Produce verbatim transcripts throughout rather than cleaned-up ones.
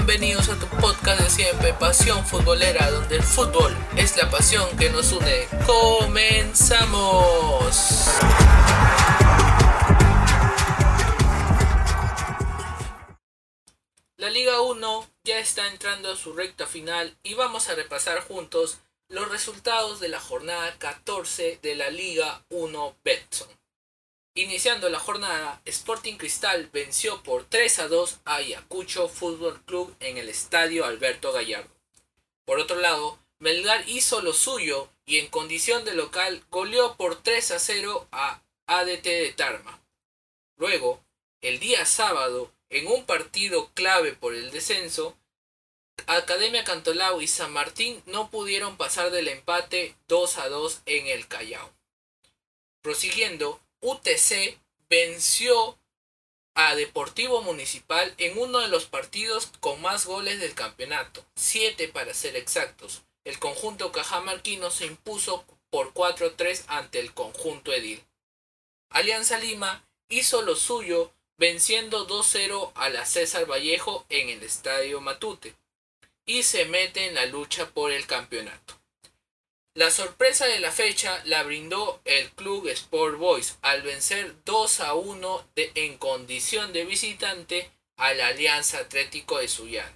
bienvenidos a tu podcast de siempre, Pasión Futbolera, donde el fútbol es la pasión que nos une. ¡Comenzamos! La Liga uno ya está entrando a su recta final y vamos a repasar juntos los resultados de la jornada catorce de la Liga uno Betson. Iniciando la jornada, Sporting Cristal venció por tres a dos a Ayacucho Fútbol Club en el estadio Alberto Gallardo. Por otro lado, Melgar hizo lo suyo y en condición de local goleó por tres a cero a A D T de Tarma. Luego, el día sábado, en un partido clave por el descenso, Academia Cantolao y San Martín no pudieron pasar del empate dos a dos en el Callao. Prosiguiendo, U T C venció a Deportivo Municipal en uno de los partidos con más goles del campeonato, siete para ser exactos. El conjunto cajamarquino se impuso por cuatro a tres ante el conjunto Edil. Alianza Lima hizo lo suyo venciendo dos a cero a la César Vallejo en el Estadio Matute y se mete en la lucha por el campeonato. La sorpresa de la fecha la brindó el Club Sport Boys al vencer dos a uno de, en condición de visitante a la Alianza Atlético de Sullana.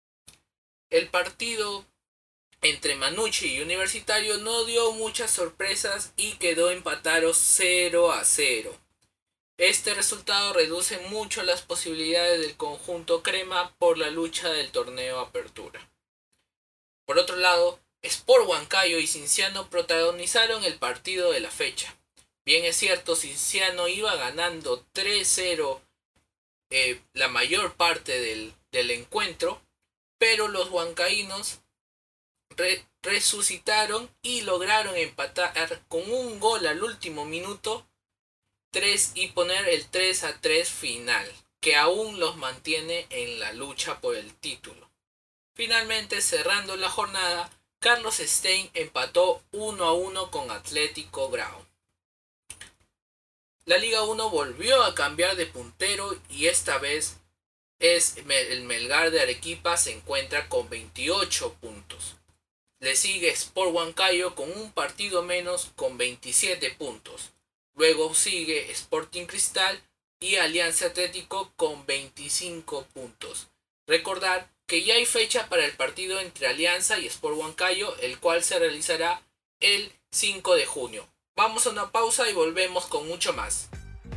El partido entre Manucci y Universitario no dio muchas sorpresas y quedó empatado cero a cero. Este resultado reduce mucho las posibilidades del conjunto crema por la lucha del torneo Apertura. Por otro lado, Sport Huancayo y Cinciano protagonizaron el partido de la fecha. Bien es cierto, Cinciano iba ganando tres a cero eh, la mayor parte del, del encuentro, pero los huancaínos re, resucitaron y lograron empatar con un gol al último minuto tres y poner el tres a tres final, que aún los mantiene en la lucha por el título. Finalmente, cerrando la jornada, Carlos Stein empató uno a uno con Atlético Grau. La Liga uno volvió a cambiar de puntero y esta vez es el Melgar de Arequipa, se encuentra con veintiocho puntos. Le sigue Sport Huancayo con un partido menos con veintisiete puntos. Luego sigue Sporting Cristal y Alianza Atlético con veinticinco puntos. Recordar que ya hay fecha para el partido entre Alianza y Sport Huancayo, el cual se realizará el cinco de junio. Vamos a una pausa y volvemos con mucho más.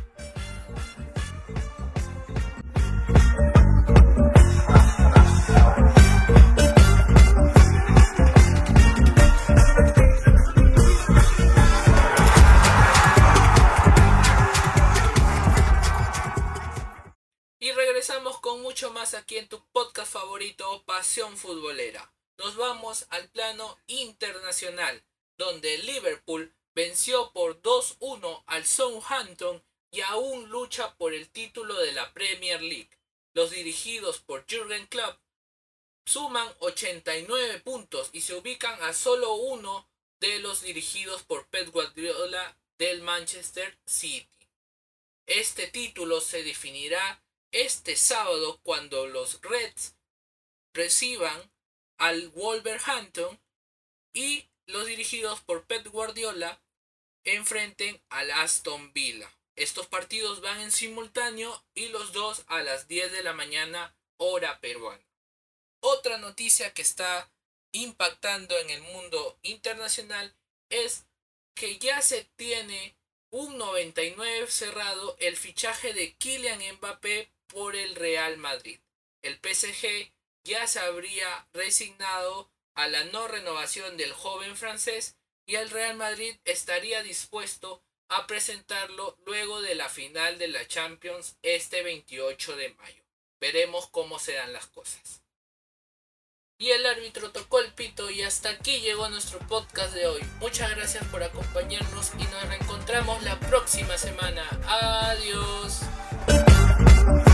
Regresamos con mucho más aquí en tu podcast favorito, Pasión Futbolera. Nos vamos al plano internacional, donde Liverpool venció por dos a uno al Southampton y aún lucha por el título de la Premier League. Los dirigidos por Jürgen Klopp suman ochenta y nueve puntos y se ubican a solo uno de los dirigidos por Pep Guardiola del Manchester City. Este título se definirá este sábado cuando los Reds reciban al Wolverhampton y los dirigidos por Pep Guardiola enfrenten al Aston Villa. Estos partidos van en simultáneo y los dos a las diez de la mañana hora peruana. Otra noticia que está impactando en el mundo internacional es que ya se tiene un noventa y nueve cerrado el fichaje de Kylian Mbappé por el Real Madrid. El P S G ya se habría resignado a la no renovación del joven francés y el Real Madrid estaría dispuesto a presentarlo luego de la final de la Champions este veintiocho de mayo. Veremos cómo se dan las cosas. Y el árbitro tocó el pito y hasta aquí llegó nuestro podcast de hoy. Muchas gracias por acompañarnos y nos reencontramos la próxima semana. Adiós.